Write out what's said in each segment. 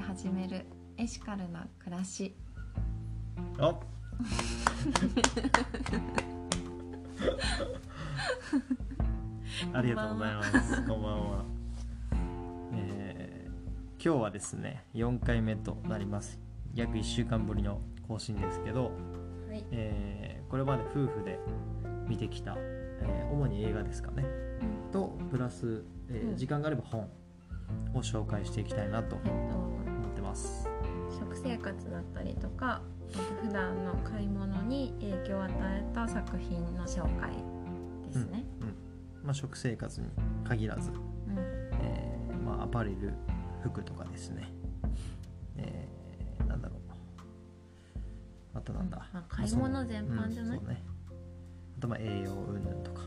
始めるエシカルな暮らし。 あありがとうございます。こんばんは。今日はですね4回目となります。約1週間ぶりの更新ですけど、 はい、 これまで夫婦で見てきた、主に映画ですかね、とプラス、時間があれば本を紹介していきたいなと思ってます。 食生活だったりとか、普段の買い物に影響を与えた作品の紹介ですね。 食生活に限らず、アパレル、服とかですね、なんだろう、あとなんだ、 買い物全般じゃない？ そうね、あと栄養云々とか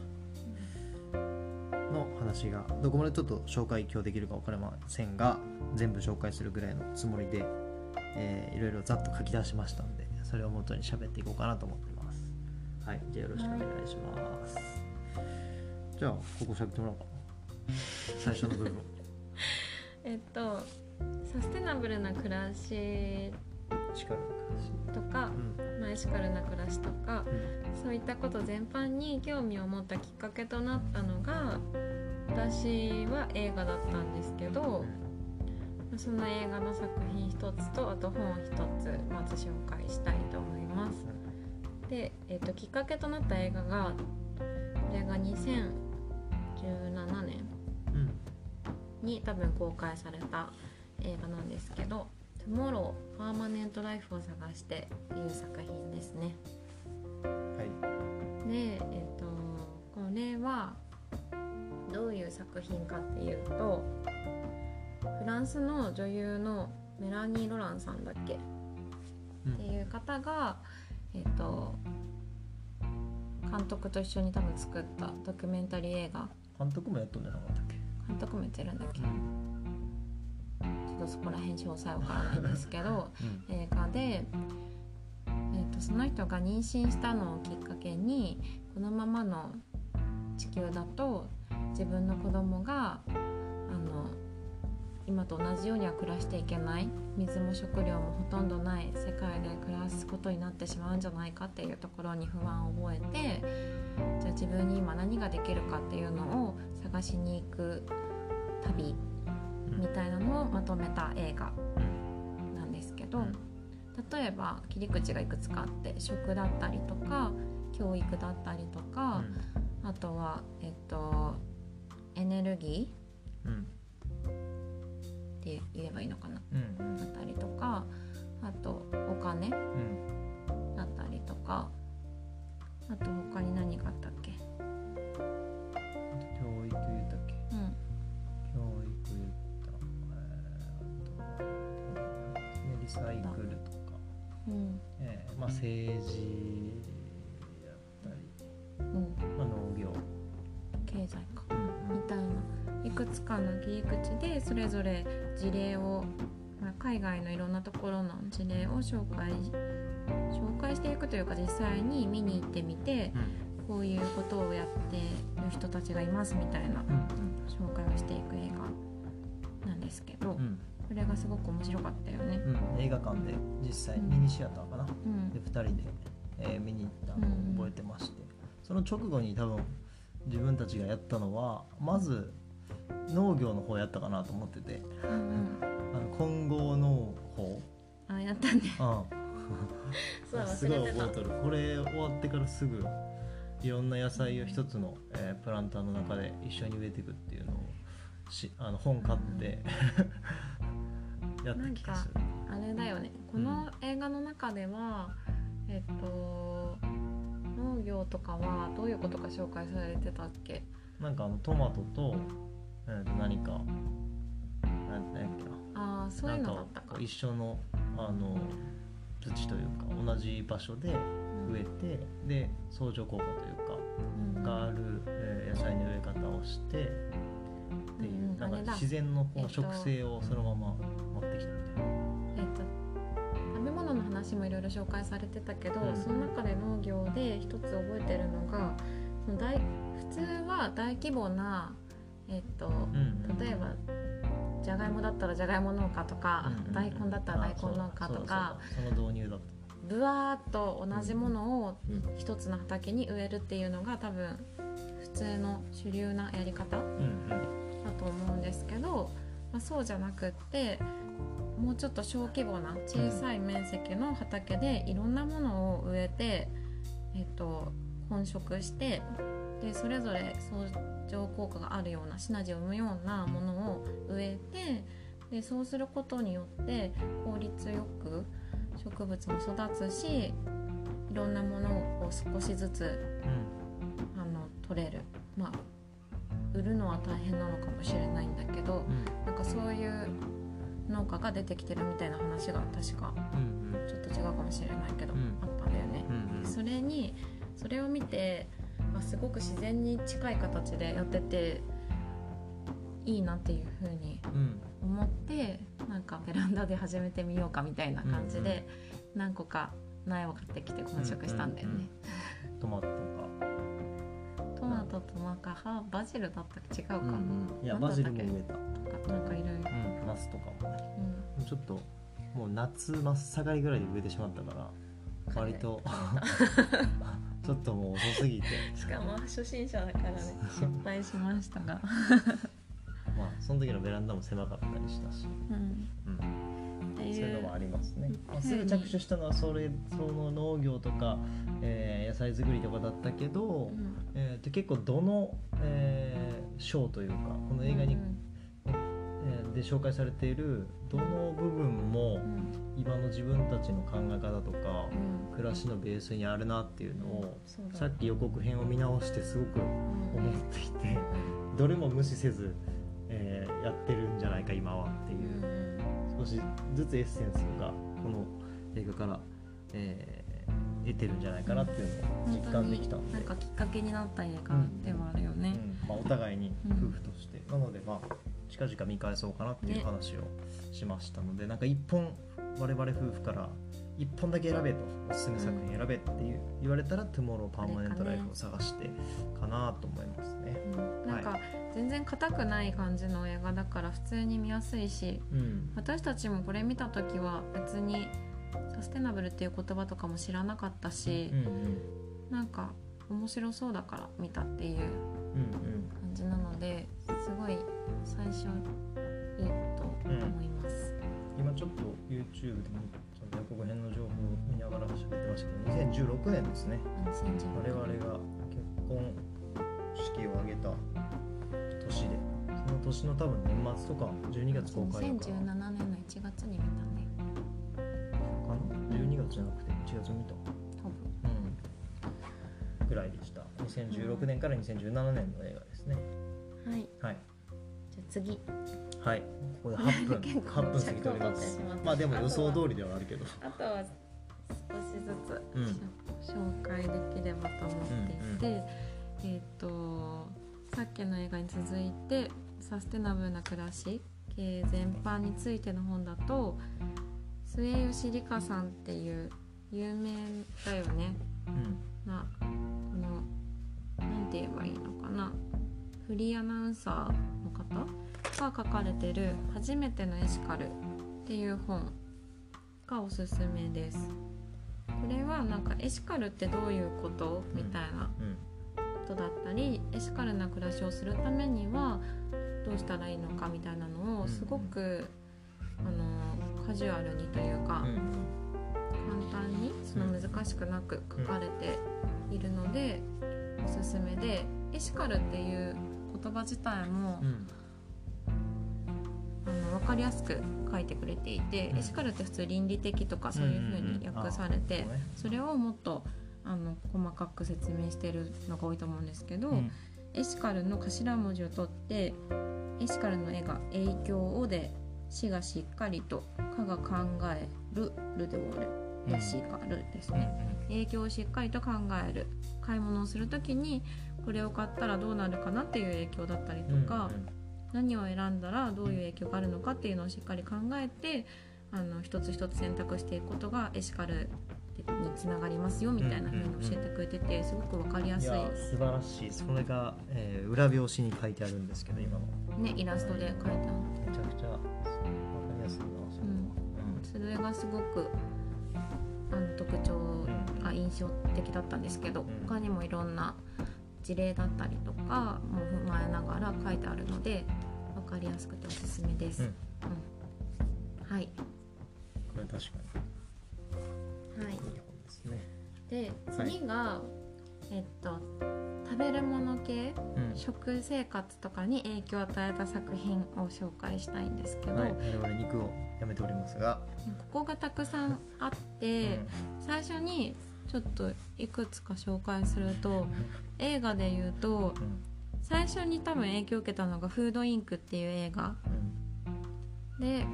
の話がどこまでちょっと紹介今日できるか分かりませんが、全部紹介するぐらいのつもりで、いろいろざっと書き出しましたので、それを元に喋っていこうかなと思っています。はい、じゃあよろしくお願いします。じゃあここ喋ってもらおうかな。最初の部分サステナブルな暮らしエシカルな暮らしとか、エシカルな暮らしとか、そういったこと全般に興味を持ったきっかけとなったのが、私は映画だったんですけど、その映画の作品一つと、あと本一つまず紹介したいと思います。で、きっかけとなった映画が、これが2017年に多分公開された映画なんですけど、Tomorrow Permanent Lifeを探してという作品ですね。 はい。 で、これはどういう作品かっていうと、フランスの女優のメラニー・ロランさんだっけ、っていう方が、監督と一緒に多分作ったドキュメンタリー映画。 監督もやっとんじゃなかったっけ？ 監督もやってるんだっけ、ちょっとそこら辺詳細わからないんですけど、映画で、その人が妊娠したのをきっかけに、このままの地球だと自分の子供が今と同じようには暮らしていけない、水も食料もほとんどない世界で暮らすことになってしまうんじゃないかっていうところに不安を覚えて、じゃあ自分に今何ができるかっていうのを探しに行く旅みたいなのをまとめた映画なんですけど、例えば切り口がいくつかあって、食だったりとか教育だったりとか、あとはエネルギー、って言えばいいのかな、だったりとか、あとお金、だったりとか、あと他に何があったっけ？ 教育言ったっけ？教育言った、リサイクルとか、政治やったり、農業、 経済か、みたいないくつかの切り口でそれぞれ事例を、海外のいろんなところの事例を紹介していくというか、実際に見に行ってみて、こういうことをやっている人たちがいますみたいな、紹介をしていく映画なんですけど、これがすごく面白かったよね。 映画館で実際ミニシアターかな、で2人で、見に行ったのを覚えてまして、その直後に多分自分たちがやったのは、まず農業の方やったかなと思ってて、混合農法やったね。 そうすごい覚えとる。これ終わってからすぐいろんな野菜を一つの、プランターの中で一緒に植えていくっていうのを本買ってやった気がする。 あれだよね、この映画の中では、農業とかはどういうことが紹介されてたっけ？ なんかトマトと、何かなんだっけな、 そういうのだったか。 一緒の土というか同じ場所で植えて、で相乗効果というか、がある、野菜の植え方をしてっていう、なんか自然の植生をそのまま持ってきたみたいな。 食べ物の話もいろいろ紹介されてたけど、その中で農業で一つ覚えてるのが、普通は大規模な、例えばじゃがいもだったらじゃがいも農家とか、大根だったら大根農家とか、 その導入だとぶわーっと同じものを一つの畑に植えるっていうのが多分普通の主流なやり方だと思うんですけど、そうじゃなくってもうちょっと小規模な小さい面積の畑でいろんなものを植えて、混植してでそれぞれ相乗効果があるようなシナジーを生むようなものを植えて、でそうすることによって効率よく植物も育つし、いろんなものを少しずつ、取れる。売るのは大変なのかもしれないんだけど、なんかそういう農家が出てきてるみたいな話が確か、ちょっと違うかもしれないけど、あったんだよね。それを見て、すごく自然に近い形でやってていいなっていう風に思って、なんかベランダで始めてみようかみたいな感じで、何個か苗を買ってきて混植したんだよね。 トマトとなんかバジルだったら違うか、 いやバジルも植えたなんかいろいろ、 ナスとかもね、ちょっともう夏真っ盛りぐらいで植えてしまったから割とちょっともう遅すぎてしかも初心者だからね失敗しましたがその時のベランダも狭かったりしたし、そういうのもありますね。すぐ着手したのはその農業とか、野菜作りとかだったけど、結構どの、章というかこの映画に、で紹介されているどの部分も今の自分たちの考え方とか、暮らしのベースにあるなっていうのを、さっき予告編を見直してすごく思っていて、どれも無視せず、やってるんじゃないか今はっていう、少しずつエッセンスがこの映画から、得てるんじゃないかなっていうのを実感できたので、 なんかきっかけになった映画ではあるよね。 お互いに夫婦として、なので近々見返そうかなっていう話をしましたので、なんか一本我々夫婦から一本だけ選べと、おすすめ作品選べって言われたらトゥモローパーマネントライフを探してかなと思いますね。 なんか全然硬くない感じの映画だから普通に見やすいし、私たちもこれ見た時は別にサステナブルっていう言葉とかも知らなかったし、なんか面白そうだから見たっていう感じなので、すごい最初いいと思います。 今ちょっと YouTube でも予告編の情報を見ながら喋ってましたけど、2016年ですね。我々が結婚式を挙げた年で、その年の多分年末とか12月公開とか、 2017年の1月に見たねかな、12月じゃなくて1月に見た多分、 ぐらいでした。2016年から2017年の映画ですね。はい、じゃあ次、 はい、ここで8分過ぎております。でも予想通りではあるけど、 あとは少しずつ紹介できればと思っていて、さっきの映画に続いてサステナブルな暮らし経営全般についての本だと、末吉里香さんっていう有名だよね、このなんて言えばいいのかな、フリーアナウンサーの方が書かれてる初めてのエシカルっていう本がおすすめです。これはなんかエシカルってどういうことみたいなことだったり、エシカルな暮らしをするためにはどうしたらいいのかみたいなのをすごくカジュアルにというか、簡単にその難しくなく書かれているのでおすすめで、エシカルっていう言葉自体も、分かりやすく書いてくれていて、エシカルって普通倫理的とかそういう風に訳されて、それをもっと細かく説明しているのが多いと思うんですけど、エシカルの頭文字を取ってエシカルの絵が影響をで、しがしっかりと、かが考える、るで終わる、エシカルですね。影響をしっかりと考える、買い物をするときにこれを買ったらどうなるかなっていう影響だったりとか、何を選んだらどういう影響があるのかっていうのをしっかり考えて、一つ一つ選択していくことがエシカルにつながりますよみたいな風に教えてくれてて、すごく分かりやすい。 いや素晴らしい。それが、裏表紙に書いてあるんですけど、今のね、イラストで書いてある。 めちゃくちゃ分かりやすいな、 それがすごく特徴が印象的だったんですけど、他にもいろんな事例だったりとかも踏まえながら書いてあるので分かりやすくておすすめです。はい。 これ確かに。 はい。 いい本ですね。 で、次が、食べるもの系、食生活とかに影響を与えた作品を紹介したいんですけど、 我々肉をやめておりますが、 ここがたくさんあって、最初にちょっといくつか紹介すると、映画で言うと、最初に多分影響を受けたのがフードインクっていう映画、で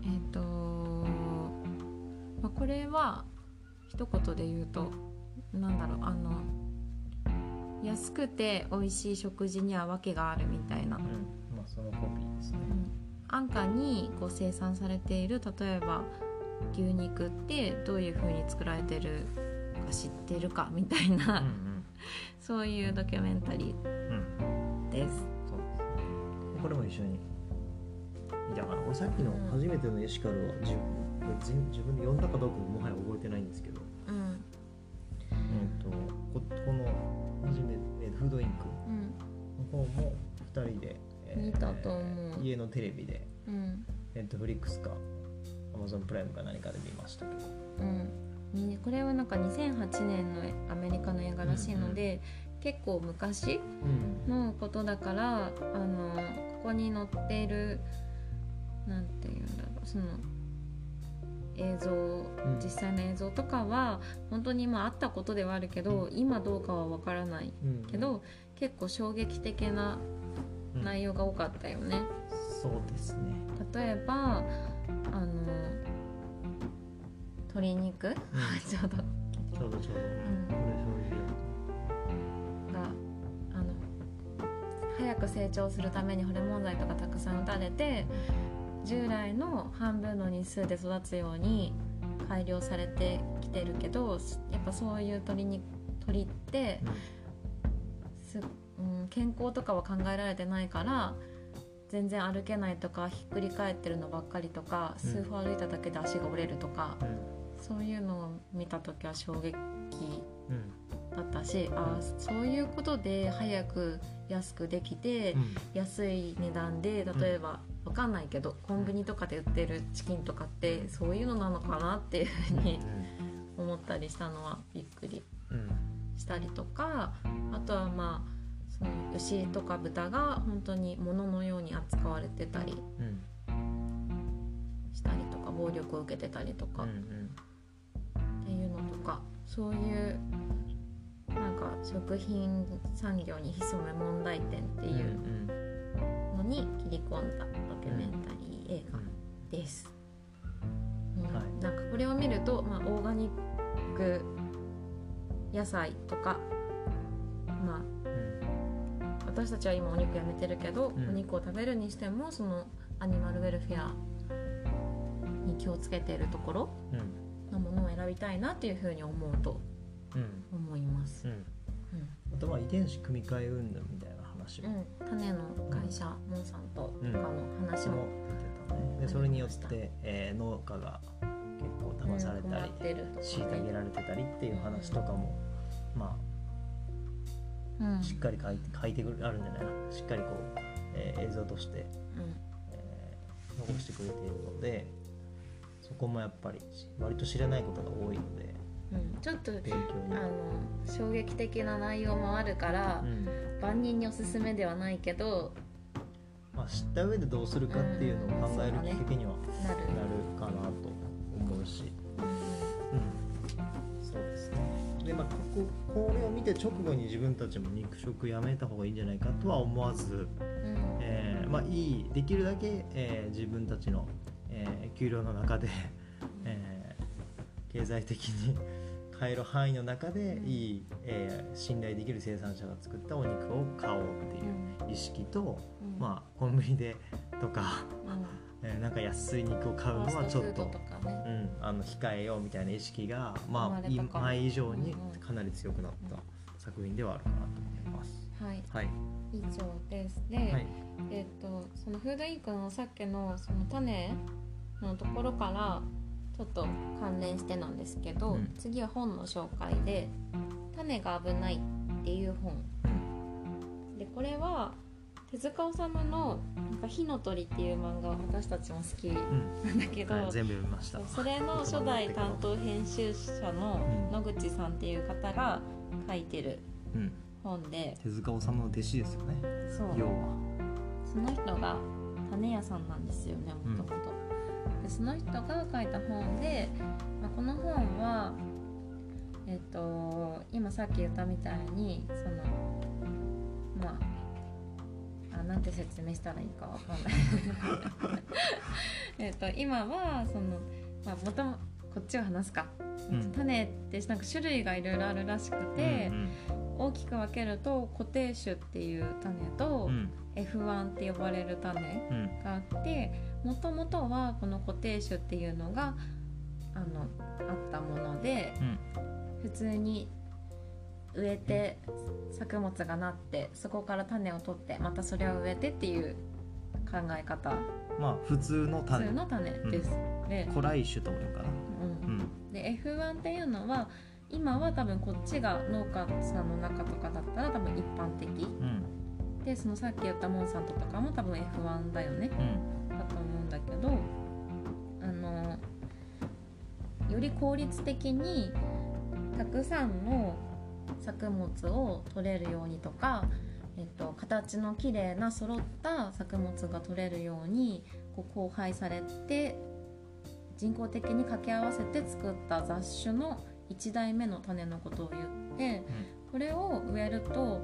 これは一言で言うと安くて美味しい食事には訳があるみたいな、 そのコピーですね。 安価にこう生産されている、例えば牛肉ってどういう風に作られてるか知ってるかみたいな、そういうドキュメンタリーです。 そうですね。これも一緒に。だから俺さっきの初めてのエシカルは自分で読んだかどうかももはや覚えてないんですけど、この初めフードインクの方も2人で、 見たと思う。 家のテレビで、Netflix か Amazon プライムか何かで見ましたけど、 これはなんか2008年のアメリカの映画らしいので、結構昔のことだから、ここに載っているなんていうんだろう、その映像、実際の映像とかは本当にあったことではあるけど、今どうかは分からないけど、結構衝撃的な内容が多かったよね。 そうですね。 例えば鶏肉、ちょうど、これが早く成長するためにホルモン剤とかたくさん打たれて、従来の半分の日数で育つように改良されてきてるけど、やっぱそういう鳥って、健康とかは考えられてないから全然歩けないとか、ひっくり返ってるのばっかりとか、数歩歩いただけで足が折れるとか、そういうのを見た時は衝撃だったし、そういうことで早く安くできて、安い値段で、例えばわかんないけどコンビニとかで売ってるチキンとかってそういうのなのかなっていうふうに思ったりしたのはびっくりしたりとか、あとはその牛とか豚が本当に物のように扱われてたりしたりとか、暴力を受けてたりとかっていうのとか、そういうなんか食品産業に潜む問題点っていうのに切り込んだドキュメンタリー映画です。なんかこれを見ると、オーガニック野菜とか、私たちは今お肉やめてるけど、お肉を食べるにしてもそのアニマルウェルフェアに気をつけているところのものを選びたいなっていうふうに思うと思います。 あと遺伝子組み換え云々みたいな話も、 種の会社、モンサントとかの話も出てたね。でそれによって、農家が結構騙されたり、虐げられてたりっていう話とかも、しっかり書いてあるんじゃないかな。しっかりこう、映像として、残してくれているので、そこもやっぱり割と知らないことが多いので、 ちょっと衝撃的な内容もあるから、万人におすすめではないけど、 知った上でどうするかっていうのを考えるきっかけにはなるかなと思うし、そうですね。で、これを見て直後に自分たちも肉食やめた方がいいんじゃないかとは思わず、できるだけ、自分たちの、給料の中で、経済的に買える範囲の中でいい、信頼できる生産者が作ったお肉を買おうっていう意識と、コンビニでとか、 なんか安い肉を買うのはちょっと、 ファーストフードとかね、 控えようみたいな意識が、まあ、 生まれたかも前以上にかなり強くなった作品ではあるかなと思います。 はい、 はい、 以上です。で、 はい、 そのフードインクのさっきのその種のところからちょっと関連してなんですけど、次は本の紹介で種が危ないっていう本で、これは手塚治虫のなんか火の鳥っていう漫画は私たちも好きなんだけど、 はい、全部読みました。 それの初代担当編集者の野口さんっていう方が書いてる本で、 手塚治虫の弟子ですよね。 そう、 要はその人が種屋さんなんですよね、もともと。でその人が書いた本で、この本は今さっき言ったみたいにそのなんて説明したらいいかわかんない今はその、元々こっちを話すか、種ってなんか種類がいろいろあるらしくて、大きく分けると固定種っていう種と、F1 って呼ばれる種があって、もともとはこの固定種っていうのがあったもので、普通に植えて作物がなって、そこから種を取ってまたそれを植えてっていう考え方、 普通の種です、で古来種とも言うかな、 で F1 っていうのは今は多分こっちが農家さんの中とかだったら多分一般的、でそのさっき言ったモンサントとかも多分 F1 だよね、だと思うんだけど、より効率的にたくさんの作物を取れるようにとか、形の綺麗な揃った作物が取れるように交配されて人工的に掛け合わせて作った雑種の1代目の種のことを言って、これを植えると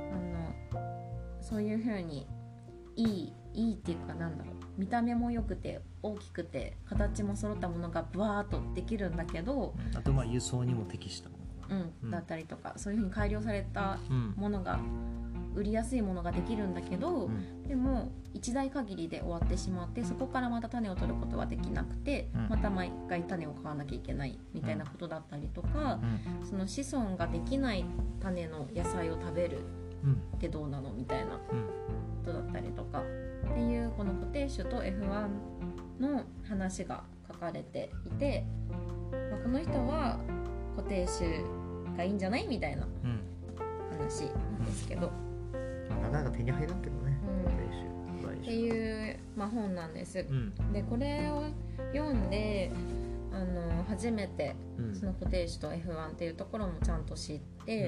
そういう風にいいっていうか、なんだろう、見た目も良くて大きくて形も揃ったものがブワーっとできるんだけど、 あと輸送にも適したもの、 だったりとか、そういう風に改良されたものが、売りやすいものができるんだけど、でも一代限りで終わってしまって、そこからまた種を取ることはできなくて、また毎回種を買わなきゃいけないみたいなことだったりとか、その子孫ができない種の野菜を食べるってどうなのみたいなことだったりとかっていう、この固定種と F1 の話が書かれていて、この人は固定種がいいんじゃないみたいな話なんですけど、 なかなか手に入らんけどね、 っていう、本なんです、でこれを読んで初めてその固定種と F1 っていうところもちゃんと知って、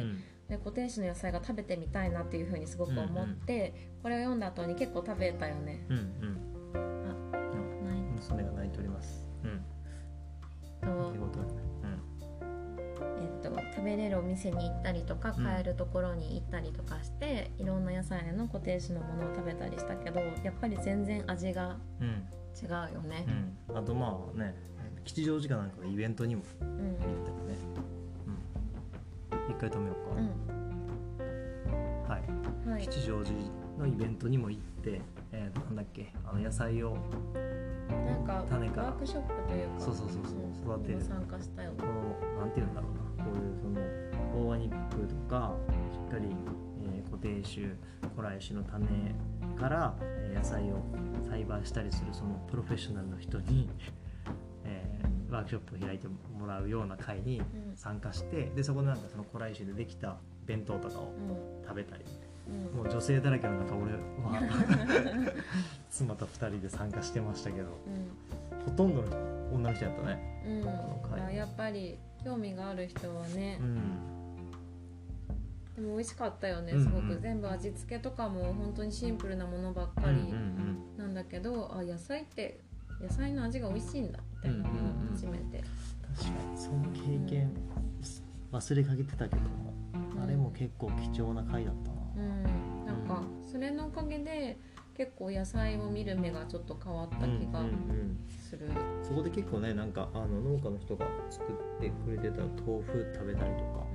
で固定種の野菜が食べてみたいなっていうふうにすごく思って、これを読んだ後に結構食べたよね。 娘が泣いております。 食べれるお店に行ったりとか、買えるところに行ったりとかして、いろんな野菜の固定種のものを食べたりしたけど、やっぱり全然味が違うよね。 あと吉祥寺かなんかのイベントにも行ったよね。一回止めようか。はい。吉祥寺のイベントにも行って、なんだっけ、野菜をなんか種からワークショップというか、 そう育てる、 参加したよ。 なんていうんだろうな、こういうそのオーガニックとかしっかり、固定種古来種の種から、野菜を栽培したりするそのプロフェッショナルの人に、ワークショップを開いてもらうような会に参加して、でそこでその古来種でできた弁当とかを食べたり、もう女性だらけの中、俺は妻と2人で参加してましたけど、ほとんどの女の人やったね、 やっぱり興味がある人はね、でも美味しかったよね、すごく。全部味付けとかも本当にシンプルなものばっかりなんだけど、野菜って野菜の味が美味しいんだみたいなのを初めて。 確かにその経験忘れかけてたけども、あれも結構貴重な回だったな。 なんかそれのおかげで結構野菜を見る目がちょっと変わった気がする。 そこで結構ね、農家の人が作ってくれてた豆腐食べたりとか、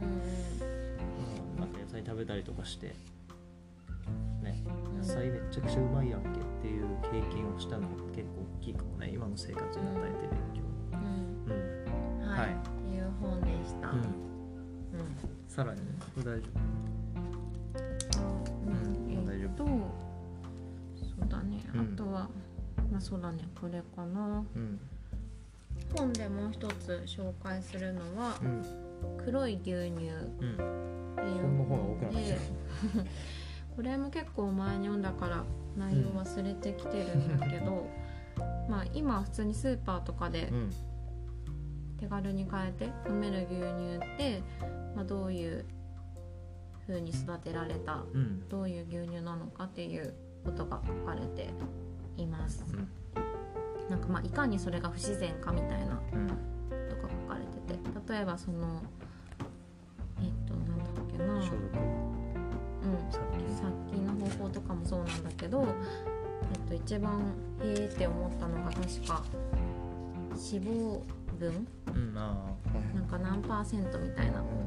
なんか野菜食べたりとかしてね、野菜めちゃくちゃうまいやんけってっていう経験をしたのが結構大きいかもね、今の生活に与えてる影響。 はい、っていう本でした。 さらにこれ大丈夫？大丈夫。 そうだね。あとはそうだね、これかな。本でもう一つ紹介するのは、黒い牛乳っていう本で、これも結構前に読んだから内容忘れてきてるんだけど、今普通にスーパーとかで手軽に買えて飲める牛乳って、どういう風に育てられた、どういう牛乳なのかっていうことが書かれています。なんかいかにそれが不自然かみたいなことが書かれてて、例えばそのなんだっけな、 消毒、 殺菌の方法とかもそうなんだけど、一番って思ったのが確か脂肪分、なんか何%みたいなも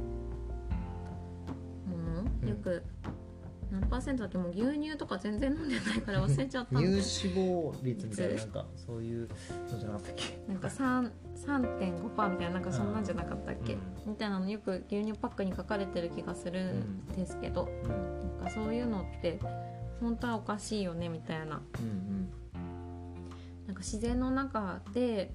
の、よく何%だっけ、もう牛乳とか全然飲んでないから忘れちゃった乳脂肪率みたいな、なんかそういうのじゃなかったっけ、 なんか 3.5% みたいな、なんかそんなんじゃなかったっけ、みたいなのよく牛乳パックに書かれてる気がするんですけど、なんかそういうのって本当はおかしいよねみたいな、なんか自然の中で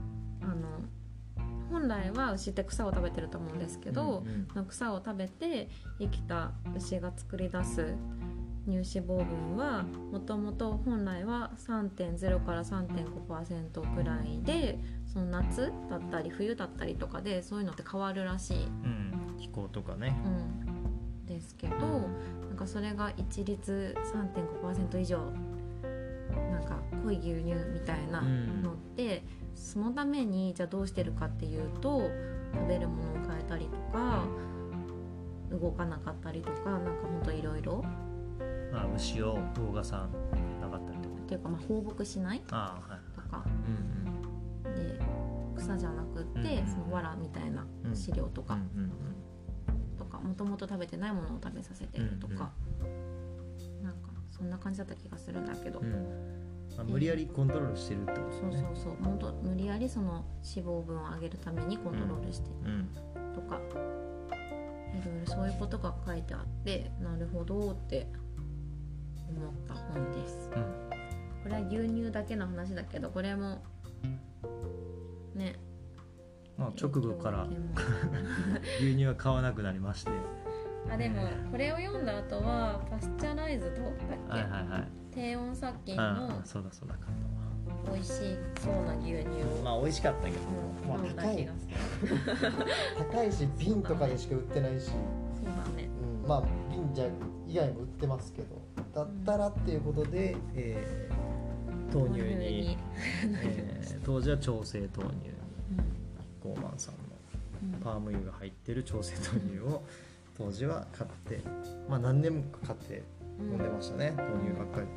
本来は牛って草を食べてると思うんですけど、草を食べて生きた牛が作り出す乳脂肪分はもともと本来は 3.0 から 3.5% くらいで、その夏だったり冬だったりとかでそういうのって変わるらしい、 気候とかね、 ですけど、なんかそれが一律 3.5% 以上なんか濃い牛乳みたいなのって、そのためにじゃあどうしてるかっていうと、食べるものを変えたりとか動かなかったりとか、なんかほんといろいろ、 牛を動かさなかったりとかっていうか放牧しないとか、で草じゃなくってその藁みたいな飼料とかもともと食べてないものを食べさせてるとか、なんかそんな感じだった気がするんだけど、 無理やりコントロールしてるってことですね。 そうもっと無理やりその脂肪分を上げるためにコントロールしてるとか、いろいろそういうことが書いてあって、なるほどって思った本です。これは牛乳だけの話だけど、これもね、 直後から牛乳は買わなくなりまして、 でもこれを読んだ後はパスチャライズドだっけ、低温殺菌のそうだ美味しそうな牛乳を、 美味しかったけど、 飲んだ気がする。 高いし瓶とかでしか売ってないし、 そうだね、 瓶じゃ以外も売ってますけど、だったらっていうことで、豆乳に当時は調整豆乳に、キッコーマンさんのパーム油が入ってる調整豆乳を当時は買って、何年も買って飲んでましたね、豆乳ばっかり。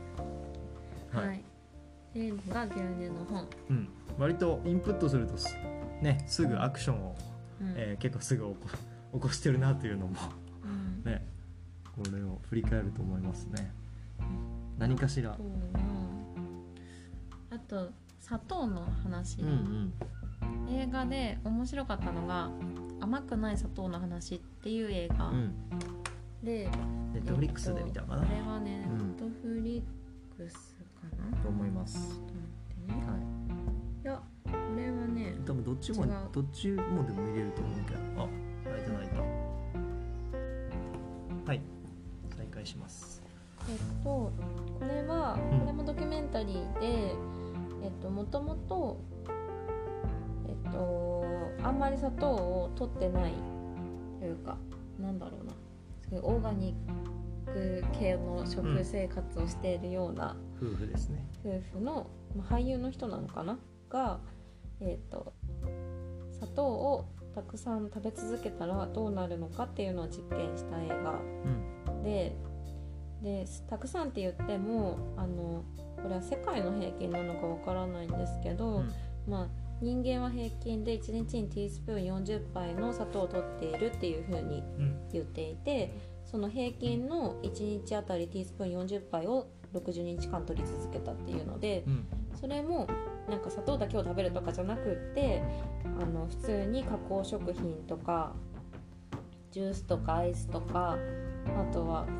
っていうのが牛乳の本。 割とインプットするとね、すぐアクションを、結構すぐ起こしてるなというのも、ね、これを振り返ると思いますね。何かしら。 あと砂糖の話、映画で面白かったのが甘くない砂糖の話っていう映画、でネットフリックスで見たかな。 これはね、ネットフリックスかなと思います。 いや、これはね、 多分どっちもでも見れると思うけど、泣いた。はい、再開します。 これもドキュメンタリーで、もともとあんまり砂糖を取ってないというか、なんだろうな、そういうオーガニック系の食生活をしているような、 夫婦ですね。 夫婦の、俳優の人なのかなが、砂糖をたくさん食べ続けたらどうなるのかっていうのを実験した映画、でたくさんって言ってもこれは世界の平均なのかわからないんですけど、人間は平均で1日にティースプーン40杯の砂糖を取っているっていう風に言っていて、 その平均の1日あたりティースプーン40杯を60日間取り続けたっていうので、それもなんか砂糖だけを食べるとかじゃなくって普通に加工食品とかジュースとかアイスとか、あとは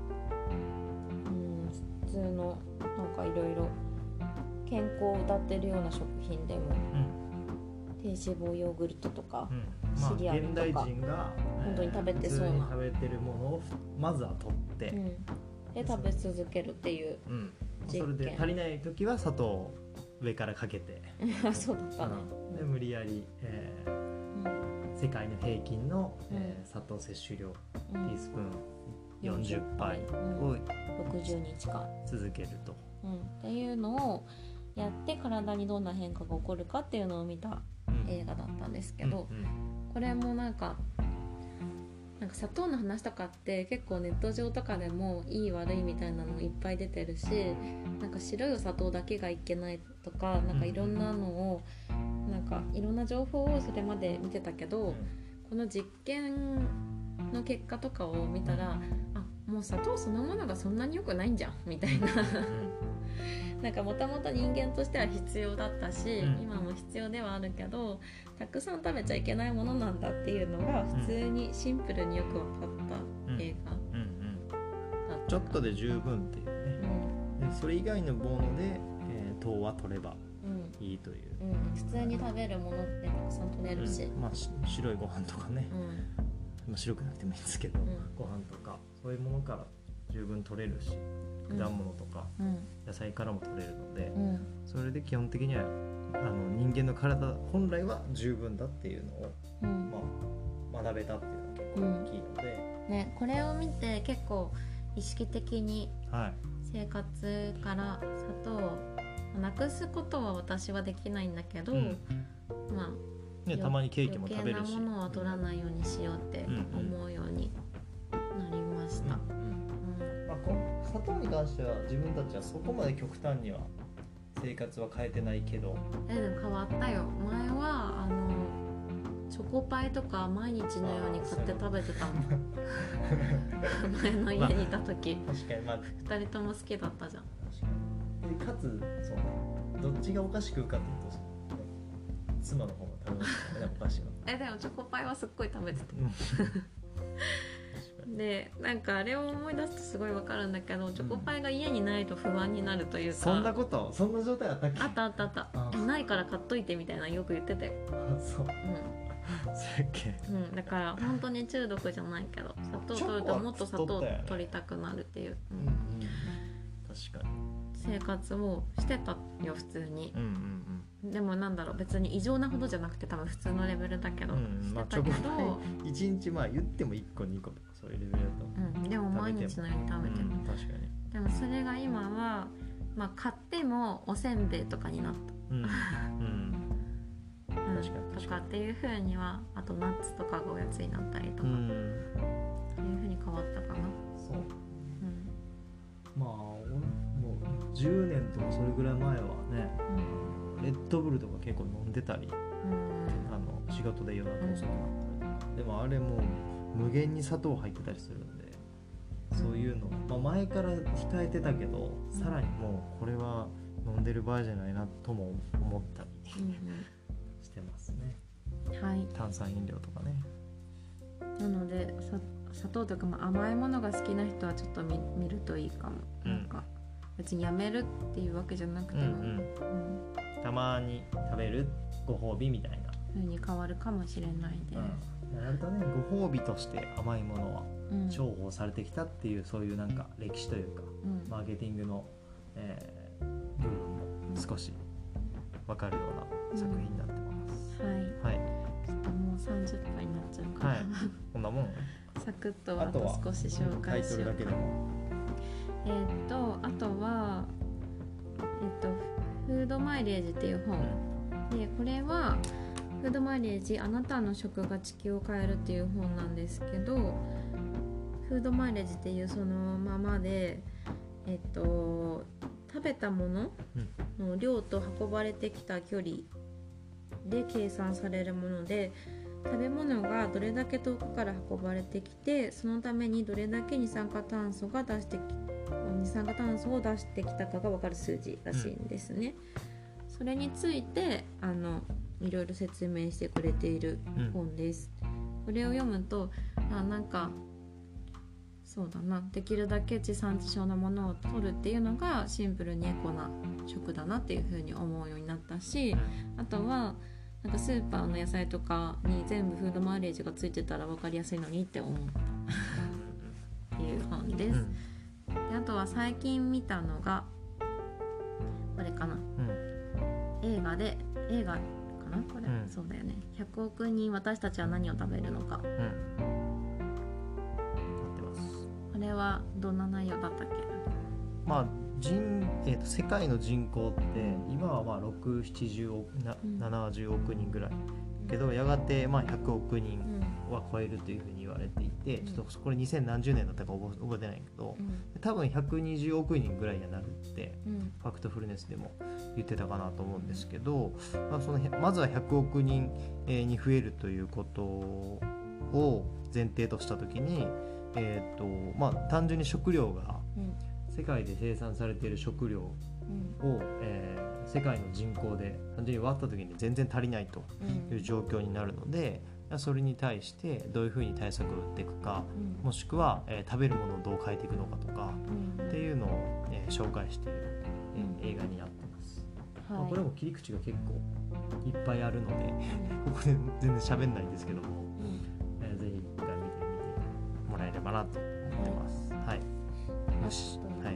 普通のなんかいろいろ健康を謳ってるような食品でも、低脂肪ヨーグルトとか、シリアルとか、 現代人が本当に食べてそうな普通に食べてるものをまずは取って、 で食べ続けるっていう実験、 それで足りない時は砂糖を上からかけてそうだったね、 で無理やり、世界の平均の、砂糖摂取量、ティースプーン40杯を 60日間続けると、 っていうのをやって体にどんな変化が起こるかっていうのを見た映画だったんですけど、これもなんか砂糖の話とかって結構ネット上とかでもいい悪いみたいなのいっぱい出てるし、なんか白いお砂糖だけがいけないとか、なんかいろんなのをなんかいろんな情報をそれまで見てたけど、この実験の結果とかを見たら、もう砂糖そのものがそんなに良くないんじゃんみたいななんかもともと人間としては必要だったし、今も必要ではあるけどたくさん食べちゃいけないものなんだっていうのが普通にシンプルによく分かった映画だった。 ちょっとで十分っていうね、でそれ以外のもので、糖は取ればいいという、 普通に食べるものってたくさん取れるし、 白いご飯とかね、白くなくてもいいんですけど、ご飯とかそういうものから十分取れるし、果物とか野菜からも取れるので、それで基本的には人間の体本来は十分だっていうのを、学べたっていうのは結構大きいので、 これを見て結構意識的に生活から砂糖をなくすことは私はできないんだけど、 たまにケーキも食べるし、 余計なものは取らないようにしようって思うようになりました。 砂糖に関しては自分たちはそこまで極端には生活は変えてないけど、 でも変わったよ。前はチョコパイとか毎日のように買って食べてたもん前の家にいた時、 確かに、 2人とも好きだったじゃん。 かつそうね、どっちがお菓子食うかっていうと、妻の方が食べますよね、お菓子は。 でもチョコパイはすっごい食べてたで、なんかあれを思い出すとすごいわかるんだけど、チョコパイが家にないと不安になるというか、 そんな状態あったっけ？ あったないから買っといてみたいなよく言ってたよ。 そう、それっけ、 だから本当に中毒じゃないけど、砂糖取るともっと砂糖取りたくなるっていう、 確かに生活をしてたよ普通に、でもなんだろう、別に異常なほどじゃなくて多分普通のレベルだけど、してたけど、 1日言っても1個2個とかそういうレベルだと、 でも毎日のように食べてる、 確かに。 でもそれが今は、買ってもおせんべいとかになった、確かにとかっていう風には、あとナッツとかがおやつになったりとか、っていう風に変わったかな。 そう、もう10年とかそれぐらい前はね、レッドブルとか結構飲んでたり、仕事で夜中遅くなったり、でもあれもう無限に砂糖入ってたりするんで、そういうの、前から控えてたけど、さらにもうこれは飲んでる場合じゃないなとも思ったり、してますね。炭酸飲料とかね。 なので砂糖とか甘いものが好きな人はちょっと 見るといいかも、なんか別にやめるっていうわけじゃなくても、 たまに食べるご褒美みたいな風に変わるかもしれないです。 割とね、ご褒美として甘いものは重宝されてきたっていう、そういうなんか歴史というか、マーケティングの、部分も少し分かるような作品になってます。はい。 ちょっともう30分になっちゃうから、 こんなもん。 サクッとあと少し紹介しようか。あとはフードマイレージっていう本で、これはフードマイレージ、あなたの食が地球を変えるっていう本なんですけど、フードマイレージっていうそのままで、食べたものの量と運ばれてきた距離で計算されるもので、 食べ物がどれだけ遠くから運ばれてきて、そのためにどれだけ二酸化炭素を出してきたかが分かる数字らしいんですね。それについていろいろ説明してくれている本です。これを読むとなんかそうだな、できるだけ地産地消のものを取るっていうのがシンプルにエコな食だなっていう風に思うようになったし、あとはなんかスーパーの野菜とかに全部フードマイレージがついてたら分かりやすいのにって思ったっていう本です。であとは最近見たのがこれかな、映画かなこれ、そうだよね、100億人私たちは何を食べるのか、これはどんな内容だったっけ？ まあ世界の人口って今はまあ6、70億、70億人ぐらいけど、やがてまあ100億人は超えるというふうに言われていて、ちょっとこれ2000何十年だったか覚えてないけど、多分120億人ぐらいになるってファクトフルネスでも言ってたかなと思うんですけど、まずは100億人に増えるということを前提としたときに、まあ単純に食料が世界で生産されている食料を、世界の人口で単純に割った時に全然足りないという状況になるので、それに対してどういうふうに対策を打っていくか、もしくは、食べるものをどう変えていくのかとか、っていうのを、紹介している、映画になってます。これも切り口が結構いっぱいあるので、ここで全然喋んないんですけども、ぜひ一回見てもらえればなと思ってます。はい。よし。はい。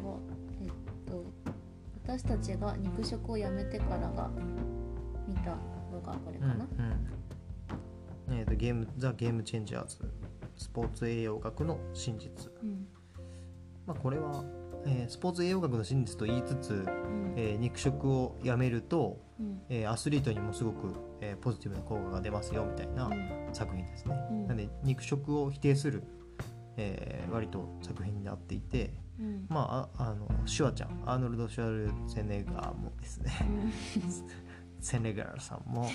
私たちが肉食をやめてからが見たのがこれかな。 ザ・ゲームチェンジャーズスポーツ栄養学の真実。まあ、これは、スポーツ栄養学の真実と言いつつ、肉食をやめると、アスリートにもすごく、ポジティブな効果が出ますよみたいな作品ですね。なので肉食を否定する、割と作品になっていて、まあシュワちゃん、アーノルド・シュワルツェネッガーもですね、セネガルさんも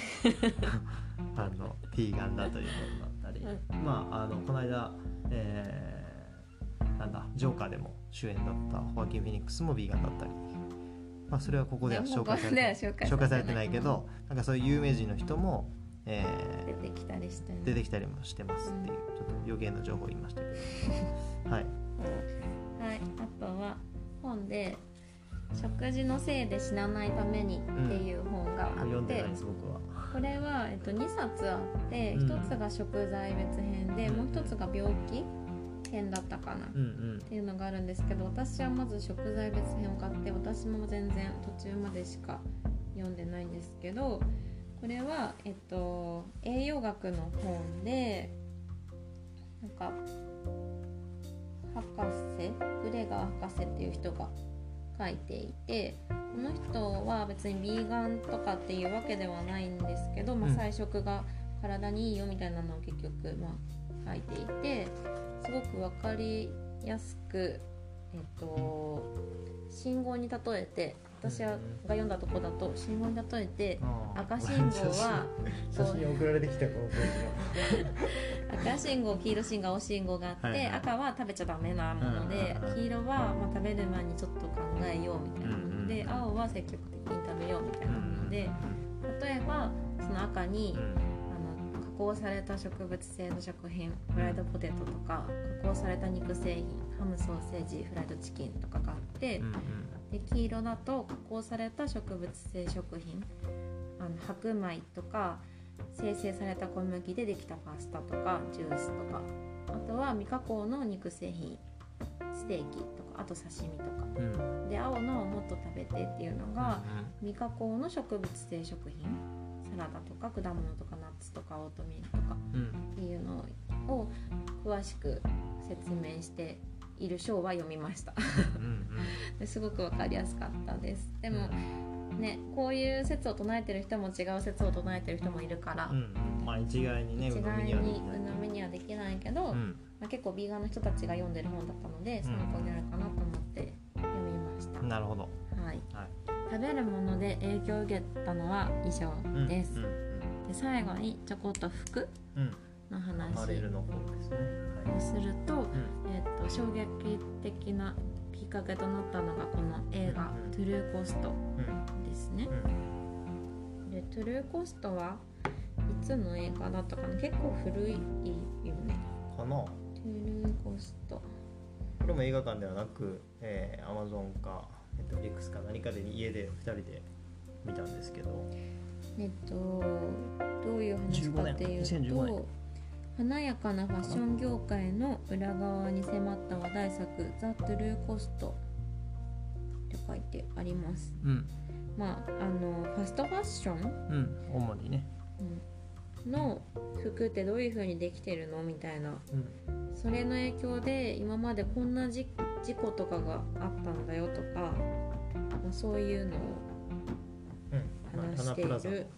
ピーガンだということだったり、まあこの間、ジョーカーでも主演だったホアキン・フィニックスもビーガンだったり、まあ、それはここでは紹介されてないけど、なんかそういう有名人の人も、出てきたりもしてますっていう、ちょっと余計な情報を言いましたけどはい、 あとは本で食事のせいで死なないためにっていう本があって、 読んでないです僕は。 これは、2冊あって、1つが食材別編で、もう1つが病気編だったかな、っていうのがあるんですけど、私はまず食材別編を買って、私も全然途中までしか読んでないんですけど、これは、栄養学の本で、なんかグレガー博士っていう人が書いていて、この人は別にビーガンとかっていうわけではないんですけど、菜食が体にいいよみたいなのを結局、書いていて、すごく分かりやすく、信号に例えて、私が読んだとこだと信号に例えて、赤信号は写真送られてきたこの赤信号、黄色信号、青信号があって、赤は食べちゃダメなもので、黄色は食べる前にちょっと考えようみたいなもので、青は積極的に食べようみたいなもので、例えばその赤に、加工された植物性の食品、フライドポテトとか加工された肉製品、ハム、ソーセージ、フライドチキンとかがあって、で黄色だと加工された植物性食品、白米とか精製された小麦でできたパスタとかジュースとか、あとは未加工の肉製品、ステーキとか、あと刺身とか、で青のもっと食べてっていうのが、未加工の植物性食品、サラダとか果物とかナッツとかオートミールとかっていうのを詳しく説明している章は読みましたですごく分かりやすかったです。でもね、こういう説を唱えてる人も違う説を唱えてる人もいるから、 一概にね、 鵜呑みにはできないけど、結構ビーガンの人たちが読んでる本だったので、参考になるかなと思って読みました。 なるほど。 食べるもので影響を受けたのは以上です。 で最後にちょこっと服の話アパレルの方ですね、 をすると、衝撃的なきっかけとなったのがこの映画、トゥルーコストですね、でトゥルーコストはいつの映画だったかな、結構古いよねかな。 トゥルーコスト、 これも映画館ではなく、Amazon か Netflix か何かで家で2人で見たんですけど、 どういう話かっていう 2015年と、華やかなファッション業界の裏側に迫った話題作ザ・トゥルーコストって書いてあります、まあファストファッション、 主にね、 の服ってどういう風にできてるのみたいな、それの影響で今までこんな事故とかがあったんだよとか、そういうのを話している、 崩壊事故とか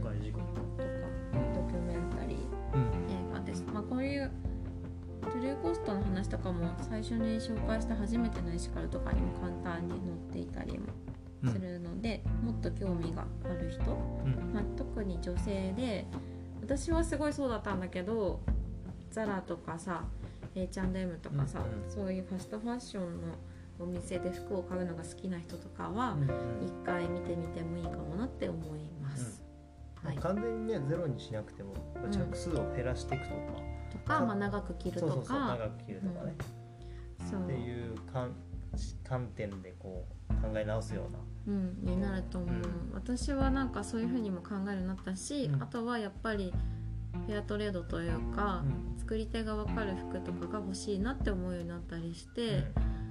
ドキュメンタリー映画です、こういうトゥルーコストの話とかも最初に紹介した初めてのエシカルとかにも簡単に載っていたりもするので、もっと興味がある人、特に女性で、私はすごいそうだったんだけど、ザラとかさ H&M とかさ、そういうファストファッションのお店で服を買うのが好きな人とかは一回見てみてもいいかもなって思います、 完全にねゼロにしなくても着数を減らしていくとか、 長く着るとか、 長く着るとかね、っていう観点でこう考え直すような、 になると思う、私はなんかそういう風にも考えるようになったし、あとはやっぱりフェアトレードというか、作り手が分かる服とかが欲しいなって思うようになったりして、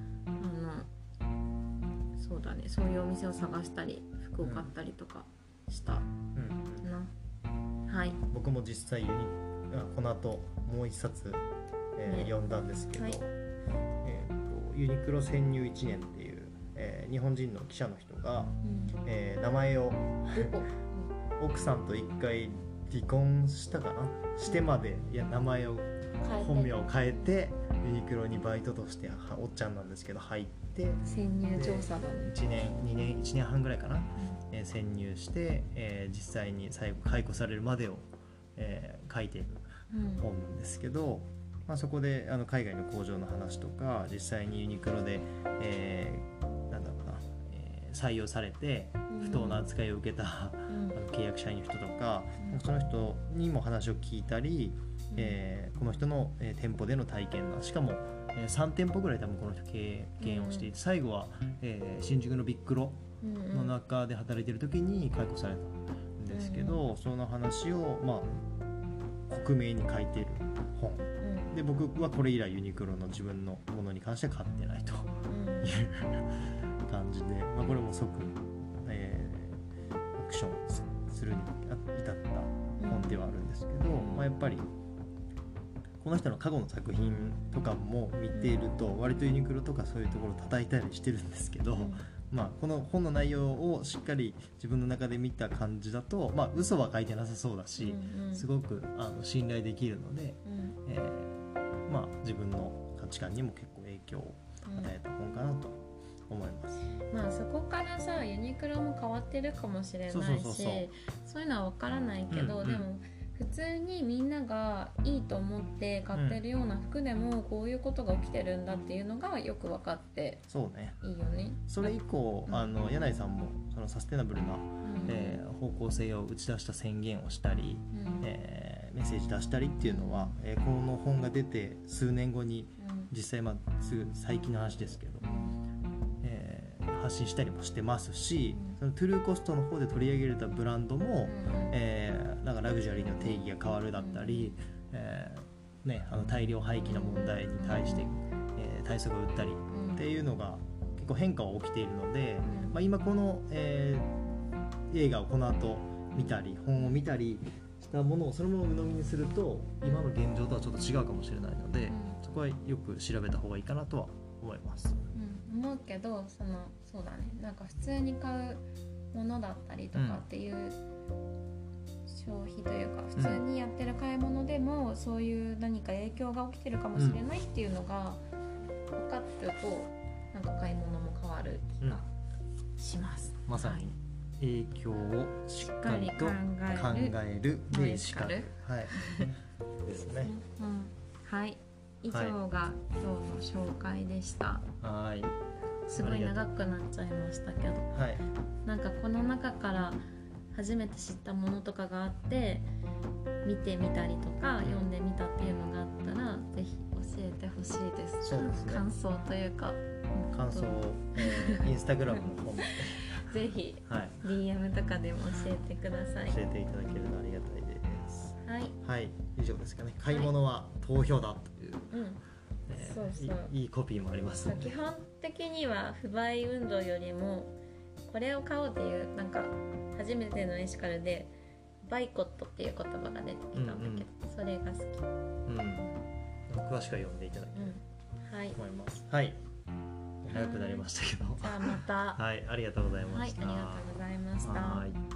そうだね、そういうお店を探したり服を買ったりとかしたな、 僕も実際この後もう一冊、読んだんですけど、ユニクロ潜入1年っていう、日本人の記者の人が、名前を奥さんと一回離婚したかなしてまで名前を本名を変えてユニクロにバイトとしておっちゃんなんですけど入って潜入調査だね、 1年半ぐらいかな、潜入して、実際に最後解雇されるまでを、書いている本なんですけど、そこで海外の工場の話とか、実際にユニクロで、なんだろうな、採用されて不当な扱いを受けた、契約社員の人とか、その人にも話を聞いたり、この人の、店舗での体験談、しかも、3店舗ぐらい多分この人経験をしていて、最後は、新宿のビッグロの中で働いている時に解雇されたんですけど、その話を克明に書いている本で、僕はこれ以来ユニクロの自分のものに関しては買ってないという感じで、これも即、アクションするに至った本ではあるんですけど、やっぱりこの人の過去の作品とかも見ていると割とユニクロとかそういうところを叩いたりしてるんですけど、この本の内容をしっかり自分の中で見た感じだと、嘘は書いてなさそうだし、すごく信頼できるので、自分の価値観にも結構影響を与えた本かなと思います。 そこからさユニクロも変わってるかもしれないし、そういうのは分からないけど、でも普通にみんながいいと思って買ってるような服でもこういうことが起きてるんだっていうのがよく分かっていいよね。 それ以降柳井さんもそのサステナブルな、方向性を打ち出した宣言をしたり、メッセージ出したりっていうのは、この本が出て数年後に実際すぐ最近の話ですけど、発信したりもしてますし、そのトゥルーコストの方で取り上げられたブランドも、なんかラグジュアリーの定義が変わるだったり、大量廃棄の問題に対して、対策を打ったりっていうのが結構変化は起きているので、今この、映画をこの後見たり本を見たりしたものをそのまま鵜呑みにすると今の現状とはちょっと違うかもしれないので、そこはよく調べた方がいいかなとは思います。 思うけどそうだね、なんか普通に買うものだったりとかっていう消費というか、普通にやってる買い物でもそういう何か影響が起きてるかもしれないっていうのが分かってると、なんか買い物も変わる気がします。 まさに影響をしっかりと考えるノでエシカル、はいですね、 はい、以上が今日の紹介でした。 はい、 すごい長くなっちゃいましたけど、 はい、 なんかこの中から初めて知ったものとかがあって見てみたりとか読んでみたっていうのがあったらぜひ教えてほしいです。 そうですね、 感想というか感想を、インスタグラムの方もぜひ、 はい、 DM とかでも教えてください。 教えていただけるとありがたいです。 はい、 はい、以上ですかね。買い物は投票だという、 そうそう、 いいコピーもありますので、 基本的には不買運動よりもこれを買おうっていうなんか初めてのエシカルでバイコットっていう言葉が出てきたんだけど、それが好き、 詳しくは読んでいただければと思います。はい、長くなりましたけど、 じゃあまたはい、ありがとうございました。 はい、ありがとうございました。 はい。